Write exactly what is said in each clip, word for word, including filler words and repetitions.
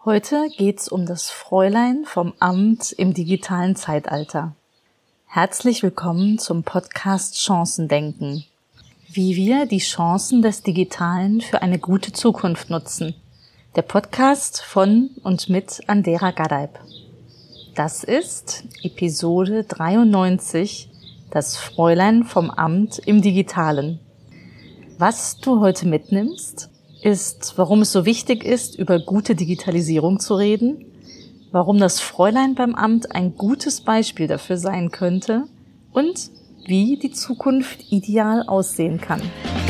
Heute geht's um das Fräulein vom Amt im digitalen Zeitalter. Herzlich willkommen zum Podcast Chancendenken. Wie wir die Chancen des Digitalen für eine gute Zukunft nutzen. Der Podcast von und mit Andera Gadeib. Das ist Episode dreiundneunzig, das Fräulein vom Amt im Digitalen. Was du heute mitnimmst, ist, warum es so wichtig ist, über gute Digitalisierung zu reden, warum das Fräulein beim Amt ein gutes Beispiel dafür sein könnte und wie die Zukunft ideal aussehen kann.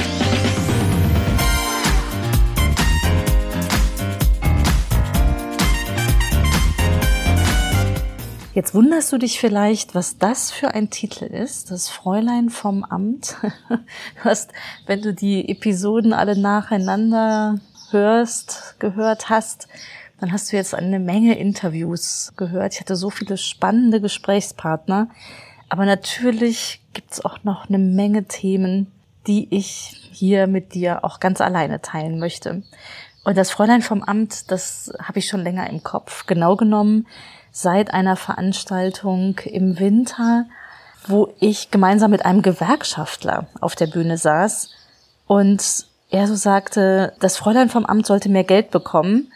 Jetzt wunderst du dich vielleicht, was das für ein Titel ist, das Fräulein vom Amt. Du hast, wenn du die Episoden alle nacheinander hörst, gehört hast, dann hast du jetzt eine Menge Interviews gehört. Ich hatte so viele spannende Gesprächspartner, aber natürlich gibt's auch noch eine Menge Themen, die ich hier mit dir auch ganz alleine teilen möchte. Und das Fräulein vom Amt, das habe ich schon länger im Kopf. Genau genommen seit einer Veranstaltung im Winter, wo ich gemeinsam mit einem Gewerkschaftler auf der Bühne saß und er so sagte, das Fräulein vom Amt sollte mehr Geld bekommen.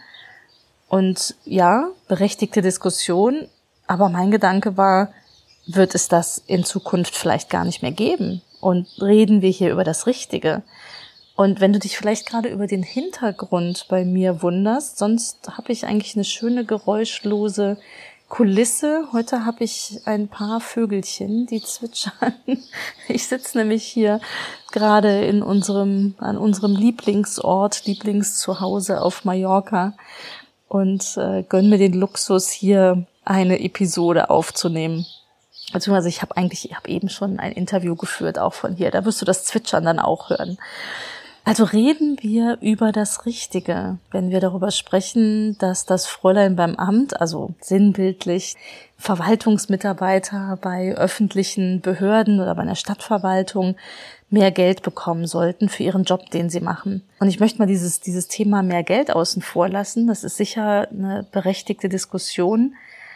Und ja, berechtigte Diskussion, aber mein Gedanke war, wird es das in Zukunft vielleicht gar nicht mehr geben? Und reden wir hier über das Richtige? Und wenn du dich vielleicht gerade über den Hintergrund bei mir wunderst, sonst habe ich eigentlich eine schöne geräuschlose Kulisse. Heute habe ich ein paar Vögelchen, die zwitschern. Ich sitze nämlich hier gerade in unserem, an unserem Lieblingsort, Lieblingszuhause auf Mallorca und äh, gönne mir den Luxus, hier eine Episode aufzunehmen. Beziehungsweise ich habe eigentlich, ich habe eben schon ein Interview geführt, auch von hier. Da wirst du das Zwitschern dann auch hören. Also reden wir über das Richtige, wenn wir darüber sprechen, dass das Fräulein beim Amt, also sinnbildlich Verwaltungsmitarbeiter bei öffentlichen Behörden oder bei einer Stadtverwaltung mehr Geld bekommen sollten für ihren Job, den sie machen. Und ich möchte mal dieses, dieses Thema mehr Geld außen vor lassen. Das ist sicher eine berechtigte Diskussion.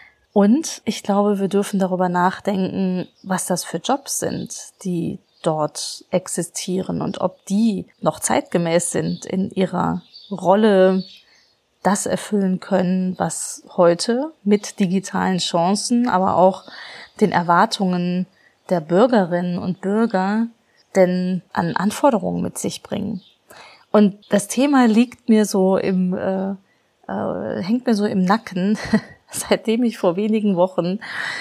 Und ich glaube, wir dürfen darüber nachdenken, was das für Jobs sind, die dort existieren und ob die noch zeitgemäß sind in ihrer Rolle, das erfüllen können, was heute mit digitalen Chancen, aber auch den Erwartungen der Bürgerinnen und Bürger denn an Anforderungen mit sich bringen. Und das Thema liegt mir so im, äh, äh, hängt mir so im Nacken, seitdem ich vor wenigen Wochen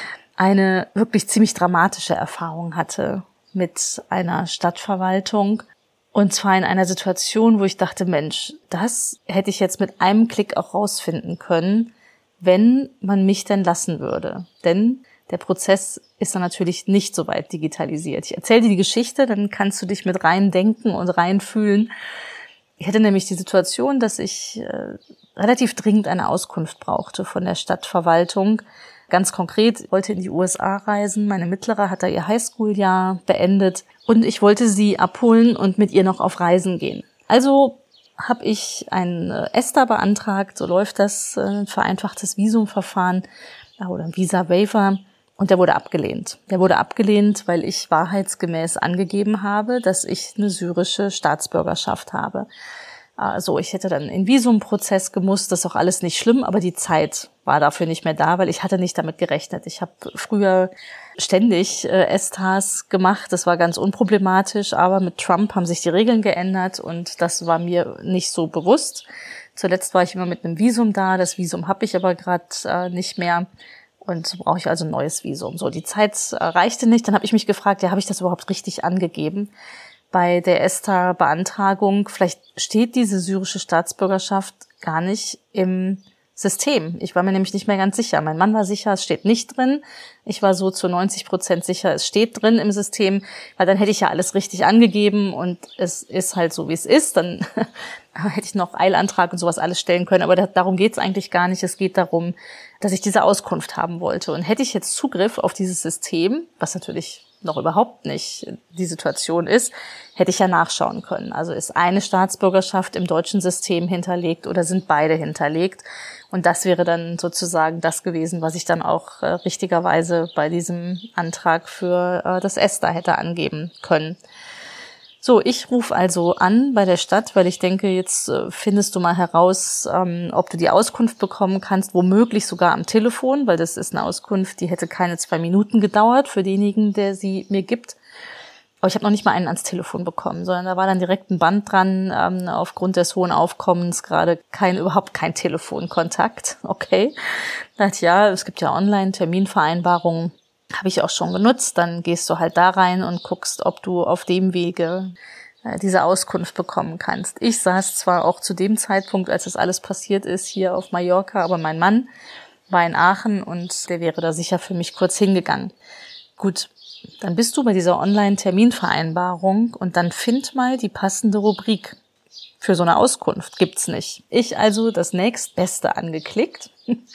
eine wirklich ziemlich dramatische Erfahrung hatte mit einer Stadtverwaltung. Und zwar in einer Situation, wo ich dachte, Mensch, das hätte ich jetzt mit einem Klick auch rausfinden können, wenn man mich denn lassen würde. Denn der Prozess ist dann natürlich nicht so weit digitalisiert. Ich erzähle dir die Geschichte, dann kannst du dich mit reindenken und reinfühlen. Ich hatte nämlich die Situation, dass ich äh, relativ dringend eine Auskunft brauchte von der Stadtverwaltung. Ganz konkret, ich wollte in die U S A reisen. Meine Mittlere hat da ihr Highschool-Jahr beendet und ich wollte sie abholen und mit ihr noch auf Reisen gehen. Also habe ich ein ESTA beantragt, so läuft das, ein vereinfachtes Visumverfahren oder ein Visa-Waiver, und der wurde abgelehnt. Der wurde abgelehnt, weil ich wahrheitsgemäß angegeben habe, dass ich eine syrische Staatsbürgerschaft habe. Also ich hätte dann in den Visumprozess gemusst, das ist auch alles nicht schlimm, aber die Zeit war dafür nicht mehr da, weil ich hatte nicht damit gerechnet. Ich habe früher ständig äh, ESTAs gemacht, das war ganz unproblematisch, aber mit Trump haben sich die Regeln geändert und das war mir nicht so bewusst. Zuletzt war ich immer mit einem Visum da, das Visum habe ich aber gerade äh, nicht mehr und so brauche ich also ein neues Visum. So, die Zeit äh, reichte nicht, dann habe ich mich gefragt, ja, habe ich das überhaupt richtig angegeben? Bei der ESTA-Beantragung, vielleicht steht diese syrische Staatsbürgerschaft gar nicht im System. Ich war mir nämlich nicht mehr ganz sicher. Mein Mann war sicher, es steht nicht drin. Ich war so zu neunzig Prozent sicher, es steht drin im System, weil dann hätte ich ja alles richtig angegeben und es ist halt so, wie es ist. Dann hätte ich noch Eilantrag und sowas alles stellen können, aber darum geht es eigentlich gar nicht. Es geht darum, dass ich diese Auskunft haben wollte. Und hätte ich jetzt Zugriff auf dieses System, was natürlich noch überhaupt nicht die Situation ist, hätte ich ja nachschauen können. Also ist eine Staatsbürgerschaft im deutschen System hinterlegt oder sind beide hinterlegt? Und das wäre dann sozusagen das gewesen, was ich dann auch äh, richtigerweise bei diesem Antrag für äh, das ESTA hätte angeben können. So, ich rufe also an bei der Stadt, weil ich denke, jetzt äh, findest du mal heraus, ähm, ob du die Auskunft bekommen kannst, womöglich sogar am Telefon, weil das ist eine Auskunft, die hätte keine zwei Minuten gedauert für denjenigen, der sie mir gibt. Aber ich habe noch nicht mal einen ans Telefon bekommen, sondern da war dann direkt ein Band dran, ähm, aufgrund des hohen Aufkommens gerade kein, überhaupt kein Telefonkontakt. Okay, da dachte ich, ja, es gibt ja Online-Terminvereinbarungen. Habe ich auch schon genutzt, dann gehst du halt da rein und guckst, ob du auf dem Wege äh, diese Auskunft bekommen kannst. Ich saß zwar auch zu dem Zeitpunkt, als das alles passiert ist, hier auf Mallorca, aber mein Mann war in Aachen und der wäre da sicher für mich kurz hingegangen. Gut, dann bist du bei dieser Online-Terminvereinbarung und dann find mal die passende Rubrik. Für so eine Auskunft gibt's nicht. Ich also das nächstbeste angeklickt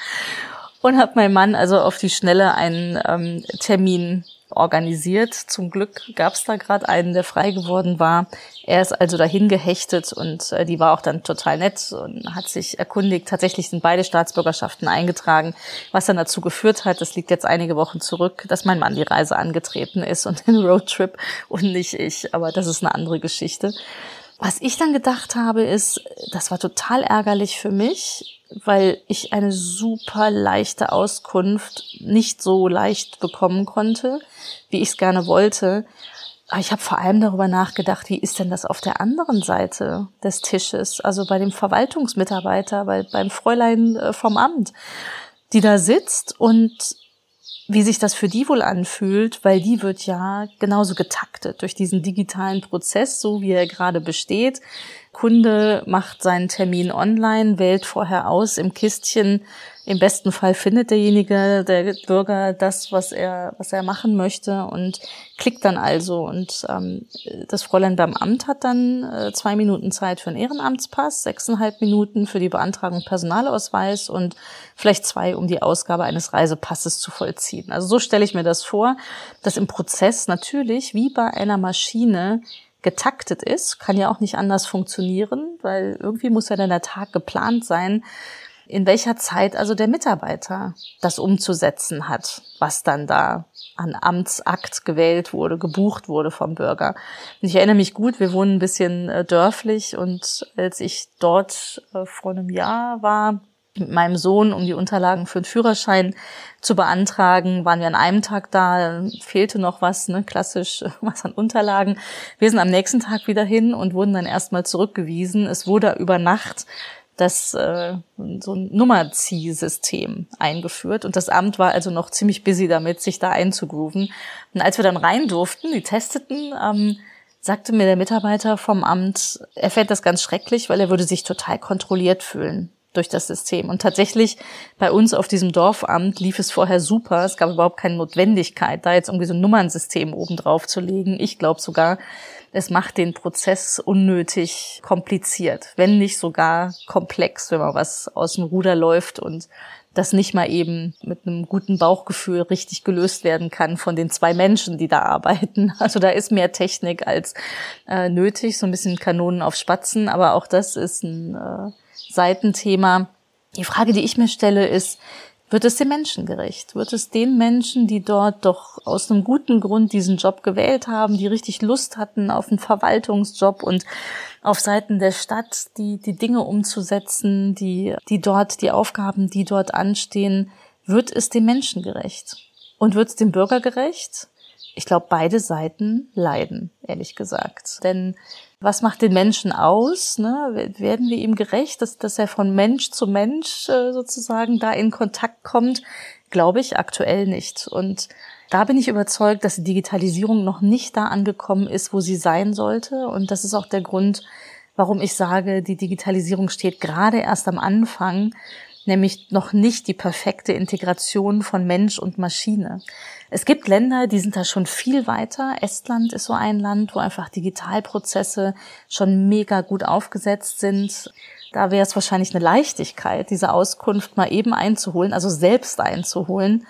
und habe meinem Mann also auf die Schnelle einen ähm, Termin organisiert. Zum Glück gab es da gerade einen, der frei geworden war. Er ist also dahin gehechtet und äh, die war auch dann total nett und hat sich erkundigt. Tatsächlich sind beide Staatsbürgerschaften eingetragen, was dann dazu geführt hat, das liegt jetzt einige Wochen zurück, dass mein Mann die Reise angetreten ist und den Roadtrip und nicht ich. Aber das ist eine andere Geschichte. Was ich dann gedacht habe, ist, das war total ärgerlich für mich, weil ich eine super leichte Auskunft nicht so leicht bekommen konnte, wie ich es gerne wollte. Aber ich habe vor allem darüber nachgedacht, wie ist denn das auf der anderen Seite des Tisches, also bei dem Verwaltungsmitarbeiter, bei, beim Fräulein vom Amt, die da sitzt und wie sich das für die wohl anfühlt, weil die wird ja genauso getaktet durch diesen digitalen Prozess, so wie er gerade besteht. Kunde macht seinen Termin online, wählt vorher aus im Kistchen. Im besten Fall findet derjenige, der Bürger, das, was er, was er machen möchte und klickt dann also. Und ähm, das Fräulein beim Amt hat dann äh, zwei Minuten Zeit für einen Ehrenamtspass, sechseinhalb Minuten für die Beantragung Personalausweis und vielleicht zwei, um die Ausgabe eines Reisepasses zu vollziehen. Also so stelle ich mir das vor, dass im Prozess natürlich wie bei einer Maschine getaktet ist, kann ja auch nicht anders funktionieren, weil irgendwie muss ja dann der Tag geplant sein, in welcher Zeit also der Mitarbeiter das umzusetzen hat, was dann da an Amtsakt gewählt wurde, gebucht wurde vom Bürger. Und ich erinnere mich gut, wir wohnen ein bisschen äh, dörflich und als ich dort äh, vor einem Jahr war, mit meinem Sohn, um die Unterlagen für den Führerschein zu beantragen, waren wir an einem Tag da, fehlte noch was, ne, klassisch was an Unterlagen. Wir sind am nächsten Tag wieder hin und wurden dann erstmal zurückgewiesen. Es wurde über Nacht das äh, so ein Nummerziehsystem eingeführt und das Amt war also noch ziemlich busy damit, sich da einzugrooven. Und als wir dann rein durften, die testeten, ähm, sagte mir der Mitarbeiter vom Amt, er fände das ganz schrecklich, weil er würde sich total kontrolliert fühlen durch das System. Und tatsächlich bei uns auf diesem Dorfamt lief es vorher super. Es gab überhaupt keine Notwendigkeit, da jetzt irgendwie so ein Nummernsystem oben drauf zu legen. Ich glaube sogar, es macht den Prozess unnötig kompliziert, wenn nicht sogar komplex, wenn man was aus dem Ruder läuft und das nicht mal eben mit einem guten Bauchgefühl richtig gelöst werden kann von den zwei Menschen, die da arbeiten. Also da ist mehr Technik als äh, nötig, so ein bisschen Kanonen auf Spatzen, aber auch das ist ein äh, Seitenthema. Die Frage, die ich mir stelle, ist, wird es den Menschen gerecht? Wird es den Menschen, die dort doch aus einem guten Grund diesen Job gewählt haben, die richtig Lust hatten auf einen Verwaltungsjob und auf Seiten der Stadt die die Dinge umzusetzen, die die dort die Aufgaben, die dort anstehen, wird es den Menschen gerecht? Und wird es dem Bürger gerecht? Ich glaube, beide Seiten leiden, ehrlich gesagt. Denn was macht den Menschen aus? Ne? Werden wir ihm gerecht, dass, dass er von Mensch zu Mensch äh, sozusagen da in Kontakt kommt? Glaube ich aktuell nicht. Und da bin ich überzeugt, dass die Digitalisierung noch nicht da angekommen ist, wo sie sein sollte. Und das ist auch der Grund, warum ich sage, die Digitalisierung steht gerade erst am Anfang, nämlich noch nicht die perfekte Integration von Mensch und Maschine. Es gibt Länder, die sind da schon viel weiter. Estland ist so ein Land, wo einfach Digitalprozesse schon mega gut aufgesetzt sind. Da wäre es wahrscheinlich eine Leichtigkeit, diese Auskunft mal eben einzuholen, also selbst einzuholen.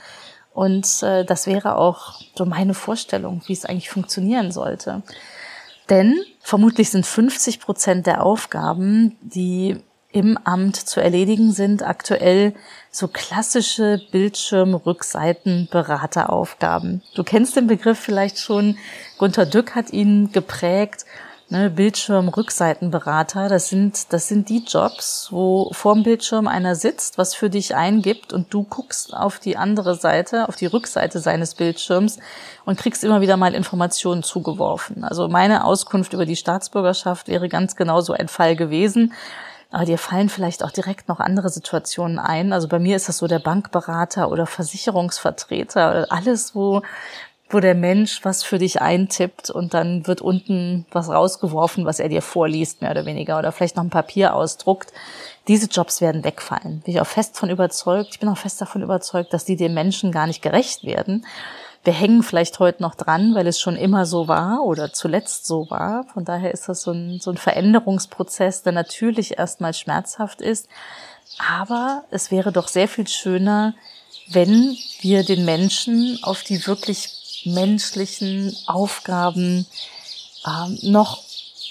Und äh, das wäre auch so meine Vorstellung, wie es eigentlich funktionieren sollte. Denn vermutlich sind fünfzig Prozent der Aufgaben, die im Amt zu erledigen sind aktuell so klassische Bildschirmrückseitenberateraufgaben. Du kennst den Begriff vielleicht schon. Gunter Dück hat ihn geprägt. Ne, Bildschirmrückseitenberater, das sind, das sind die Jobs, wo vorm Bildschirm einer sitzt, was für dich eingibt und du guckst auf die andere Seite, auf die Rückseite seines Bildschirms und kriegst immer wieder mal Informationen zugeworfen. Also meine Auskunft über die Staatsbürgerschaft wäre ganz genau so ein Fall gewesen. Aber dir fallen vielleicht auch direkt noch andere Situationen ein. Also bei mir ist das so der Bankberater oder Versicherungsvertreter, alles, wo wo der Mensch was für dich eintippt und dann wird unten was rausgeworfen, was er dir vorliest, mehr oder weniger, oder vielleicht noch ein Papier ausdruckt. Diese Jobs werden wegfallen. Bin ich auch fest von überzeugt. Ich bin auch fest davon überzeugt, dass die dem Menschen gar nicht gerecht werden. Wir hängen vielleicht heute noch dran, weil es schon immer so war oder zuletzt so war. Von daher ist das so ein, so ein Veränderungsprozess, der natürlich erstmal schmerzhaft ist. Aber es wäre doch sehr viel schöner, wenn wir den Menschen auf die wirklich menschlichen Aufgaben ähm, noch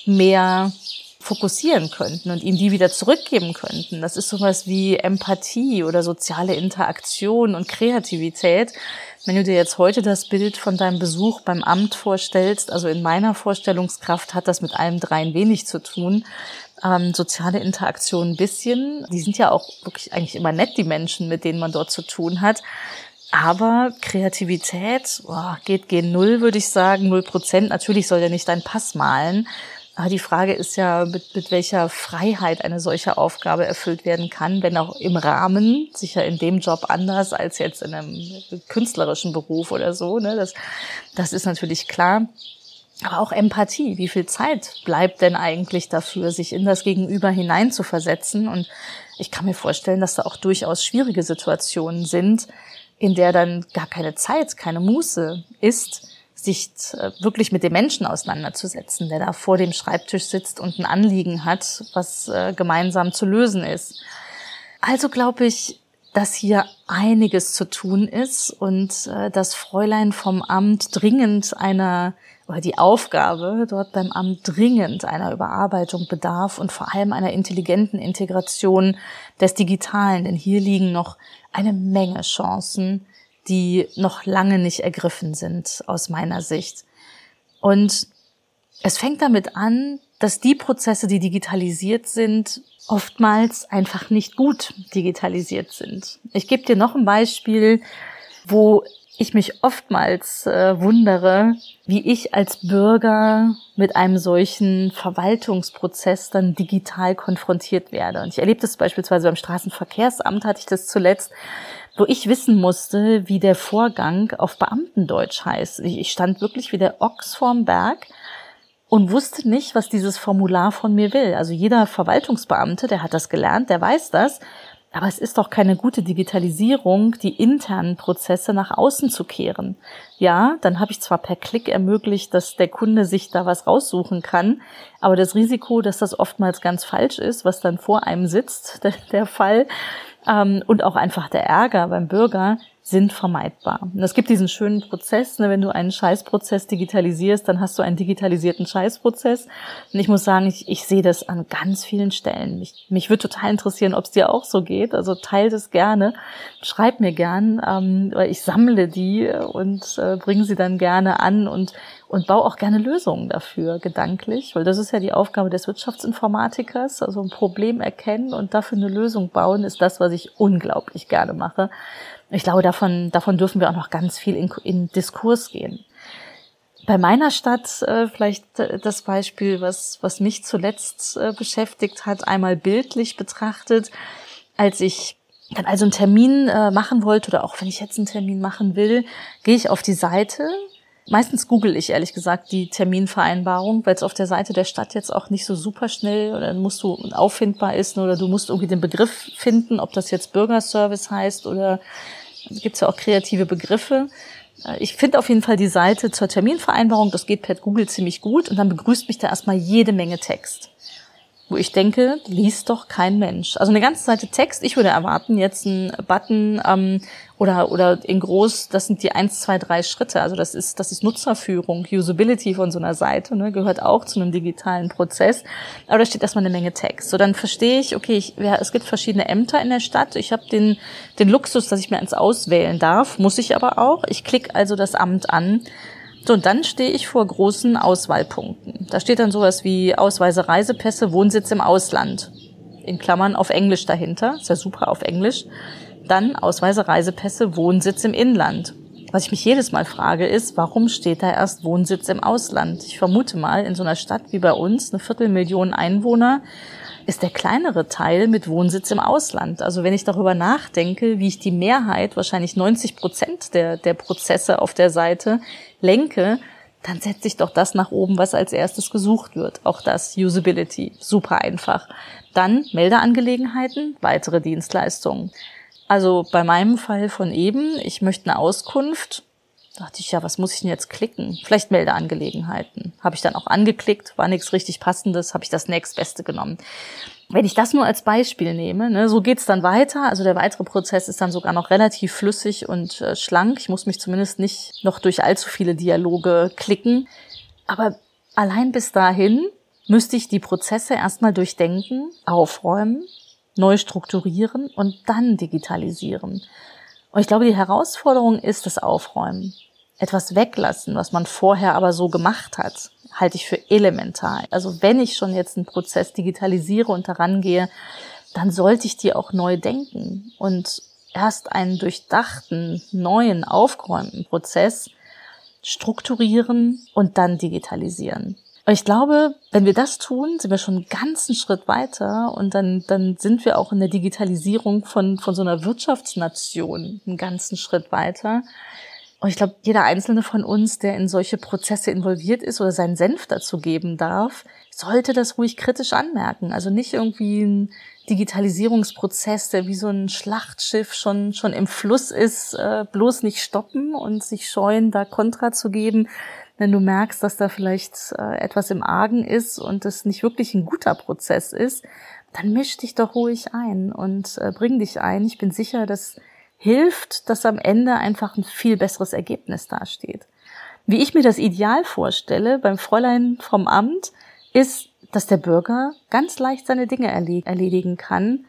mehr fokussieren könnten und ihm die wieder zurückgeben könnten. Das ist sowas wie Empathie oder soziale Interaktion und Kreativität. Wenn du dir jetzt heute das Bild von deinem Besuch beim Amt vorstellst, also in meiner Vorstellungskraft hat das mit allem dreien wenig zu tun. Ähm, soziale Interaktion ein bisschen. Die sind ja auch wirklich eigentlich immer nett, die Menschen, mit denen man dort zu tun hat. Aber Kreativität oh, geht gen Null, würde ich sagen, null Prozent. Natürlich soll der nicht deinen Pass malen. Aber die Frage ist ja, mit, mit welcher Freiheit eine solche Aufgabe erfüllt werden kann, wenn auch im Rahmen, sicher in dem Job anders als jetzt in einem künstlerischen Beruf oder so. Ne? Das, das ist natürlich klar. Aber auch Empathie. Wie viel Zeit bleibt denn eigentlich dafür, sich in das Gegenüber hineinzuversetzen? Und ich kann mir vorstellen, dass da auch durchaus schwierige Situationen sind, in der dann gar keine Zeit, keine Muße ist, sich wirklich mit dem Menschen auseinanderzusetzen, der da vor dem Schreibtisch sitzt und ein Anliegen hat, was gemeinsam zu lösen ist. Also glaube ich, dass hier einiges zu tun ist und das Fräulein vom Amt dringend einer, oder die Aufgabe dort beim Amt dringend einer Überarbeitung bedarf und vor allem einer intelligenten Integration des Digitalen. Denn hier liegen noch eine Menge Chancen, die noch lange nicht ergriffen sind, aus meiner Sicht. Und es fängt damit an, dass die Prozesse, die digitalisiert sind, oftmals einfach nicht gut digitalisiert sind. Ich gebe dir noch ein Beispiel, wo ich mich oftmals äh, wundere, wie ich als Bürger mit einem solchen Verwaltungsprozess dann digital konfrontiert werde. Und ich erlebe das beispielsweise beim Straßenverkehrsamt, hatte ich das zuletzt, wo ich wissen musste, wie der Vorgang auf Beamtendeutsch heißt. Ich stand wirklich wie der Ochs vorm Berg und wusste nicht, was dieses Formular von mir will. Also jeder Verwaltungsbeamte, der hat das gelernt, der weiß das. Aber es ist doch keine gute Digitalisierung, die internen Prozesse nach außen zu kehren. Ja, dann habe ich zwar per Klick ermöglicht, dass der Kunde sich da was raussuchen kann, aber das Risiko, dass das oftmals ganz falsch ist, was dann vor einem sitzt, der, der Fall, ähm, und auch einfach der Ärger beim Bürger, sind vermeidbar. Und es gibt diesen schönen Prozess, ne, wenn du einen Scheißprozess digitalisierst, dann hast du einen digitalisierten Scheißprozess. Und ich muss sagen, ich, ich sehe das an ganz vielen Stellen. Mich, mich würde total interessieren, ob es dir auch so geht. Also teile das gerne, schreib mir gern, ähm, weil ich sammle die und äh, bringe sie dann gerne an und und baue auch gerne Lösungen dafür, gedanklich, weil das ist ja die Aufgabe des Wirtschaftsinformatikers, also ein Problem erkennen und dafür eine Lösung bauen, ist das, was ich unglaublich gerne mache. Ich glaube, davon, davon dürfen wir auch noch ganz viel in, in Diskurs gehen. Bei meiner Stadt äh, vielleicht äh, das Beispiel, was, was mich zuletzt äh, beschäftigt hat, einmal bildlich betrachtet, als ich dann also einen Termin äh, machen wollte oder auch wenn ich jetzt einen Termin machen will, gehe ich auf die Seite. Meistens google ich ehrlich gesagt die Terminvereinbarung, weil es auf der Seite der Stadt jetzt auch nicht so super schnell oder musst du auffindbar ist oder du musst irgendwie den Begriff finden, ob das jetzt Bürgerservice heißt oder gibt's ja auch kreative Begriffe. Ich finde auf jeden Fall die Seite zur Terminvereinbarung, das geht per Google ziemlich gut und dann begrüßt mich da erstmal jede Menge Text. wo ich denke, liest doch kein Mensch. Also eine ganze Seite Text, ich würde erwarten, jetzt ein Button ähm, oder oder in groß, das sind die eins, zwei, drei Schritte. Also das ist das ist Nutzerführung, Usability von so einer Seite, ne, gehört auch zu einem digitalen Prozess. Aber da steht erstmal eine Menge Text. So, dann verstehe ich, okay, ich, ja, es gibt verschiedene Ämter in der Stadt. Ich habe den den Luxus, dass ich mir eins auswählen darf, muss ich aber auch. Ich klicke also das Amt an. So, und dann stehe ich vor großen Auswahlpunkten. Da steht dann sowas wie Ausweise, Reisepässe, Wohnsitz im Ausland. In Klammern auf Englisch dahinter. Ist ja super auf Englisch. Dann Ausweise, Reisepässe, Wohnsitz im Inland. Was ich mich jedes Mal frage ist, warum steht da erst Wohnsitz im Ausland? Ich vermute mal, in so einer Stadt wie bei uns, eine Viertelmillion Einwohner, ist der kleinere Teil mit Wohnsitz im Ausland. Also wenn ich darüber nachdenke, wie ich die Mehrheit, wahrscheinlich neunzig Prozent der, der Prozesse auf der Seite lenke, dann setze ich doch das nach oben, was als erstes gesucht wird. Auch das, Usability, super einfach. Dann Meldeangelegenheiten, weitere Dienstleistungen. Also bei meinem Fall von eben, ich möchte eine Auskunft, dachte ich, ja, was muss ich denn jetzt klicken? Vielleicht Meldeangelegenheiten. Habe ich dann auch angeklickt, war nichts richtig Passendes, habe ich das nächstbeste genommen. Wenn ich das nur als Beispiel nehme, ne, so geht's dann weiter. Also der weitere Prozess ist dann sogar noch relativ flüssig und äh, schlank. Ich muss mich zumindest nicht noch durch allzu viele Dialoge klicken. Aber allein bis dahin müsste ich die Prozesse erstmal durchdenken, aufräumen, neu strukturieren und dann digitalisieren. Und ich glaube, die Herausforderung ist das Aufräumen. Etwas weglassen, was man vorher aber so gemacht hat, halte ich für elementar. Also wenn ich schon jetzt einen Prozess digitalisiere und daran gehe, dann sollte ich die auch neu denken und erst einen durchdachten, neuen, aufgeräumten Prozess strukturieren und dann digitalisieren. Und ich glaube, wenn wir das tun, sind wir schon einen ganzen Schritt weiter und dann, dann sind wir auch in der Digitalisierung von, von so einer Wirtschaftsnation einen ganzen Schritt weiter. Und ich glaube, jeder Einzelne von uns, der in solche Prozesse involviert ist oder seinen Senf dazu geben darf, sollte das ruhig kritisch anmerken. Also nicht irgendwie ein Digitalisierungsprozess, der wie so ein Schlachtschiff schon schon im Fluss ist, äh, bloß nicht stoppen und sich scheuen, da Kontra zu geben, wenn du merkst, dass da vielleicht äh, etwas im Argen ist und es nicht wirklich ein guter Prozess ist, dann misch dich doch ruhig ein und äh, bring dich ein. Ich bin sicher, dass hilft, dass am Ende einfach ein viel besseres Ergebnis dasteht. Wie ich mir das ideal vorstelle beim Fräulein vom Amt, ist, dass der Bürger ganz leicht seine Dinge erledigen kann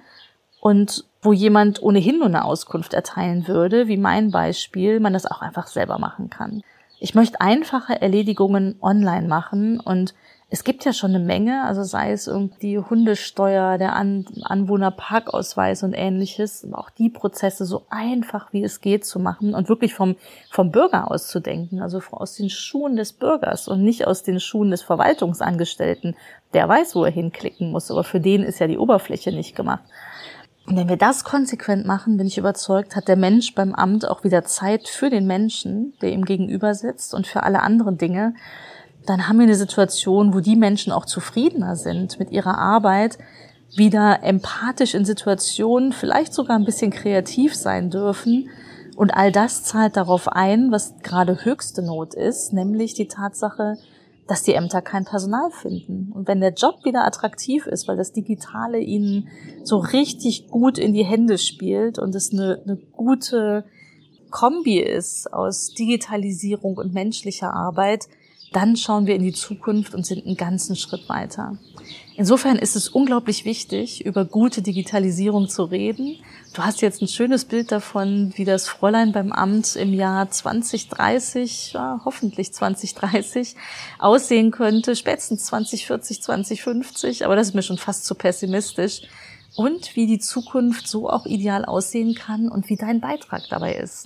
und wo jemand ohnehin nur eine Auskunft erteilen würde, wie mein Beispiel, man das auch einfach selber machen kann. Ich möchte einfache Erledigungen online machen und es gibt ja schon eine Menge, also sei es irgendwie Hundesteuer, der An- Anwohnerparkausweis und ähnliches, auch die Prozesse so einfach wie es geht zu machen und wirklich vom vom Bürger aus zu denken, also aus den Schuhen des Bürgers und nicht aus den Schuhen des Verwaltungsangestellten. Der weiß, wo er hinklicken muss, aber für den ist ja die Oberfläche nicht gemacht. Und wenn wir das konsequent machen, bin ich überzeugt, hat der Mensch beim Amt auch wieder Zeit für den Menschen, der ihm gegenüber sitzt und für alle anderen Dinge. Dann haben wir eine Situation, wo die Menschen auch zufriedener sind mit ihrer Arbeit, wieder empathisch in Situationen, vielleicht sogar ein bisschen kreativ sein dürfen. Und all das zahlt darauf ein, was gerade höchste Not ist, nämlich die Tatsache, dass die Ämter kein Personal finden. Und wenn der Job wieder attraktiv ist, weil das Digitale ihnen so richtig gut in die Hände spielt und es eine, eine gute Kombi ist aus Digitalisierung und menschlicher Arbeit, dann schauen wir in die Zukunft und sind einen ganzen Schritt weiter. Insofern ist es unglaublich wichtig, über gute Digitalisierung zu reden. Du hast jetzt ein schönes Bild davon, wie das Fräulein beim Amt im Jahr zwanzig dreißig, ja, hoffentlich zwanzig dreißig, aussehen könnte, spätestens zwanzig vierzig, zwanzig fünfzig, aber das ist mir schon fast zu pessimistisch. Und wie die Zukunft so auch ideal aussehen kann und wie dein Beitrag dabei ist.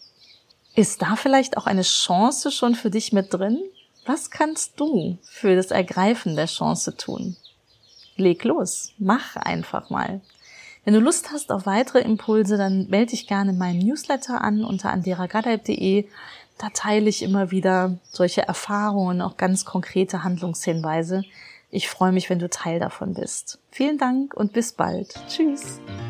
Ist da vielleicht auch eine Chance schon für dich mit drin? Was kannst du für das Ergreifen der Chance tun? Leg los, mach einfach mal. Wenn du Lust hast auf weitere Impulse, dann melde dich gerne in meinem Newsletter an unter andera gadeib punkt de. Da teile ich immer wieder solche Erfahrungen, auch ganz konkrete Handlungshinweise. Ich freue mich, wenn du Teil davon bist. Vielen Dank und bis bald. Tschüss.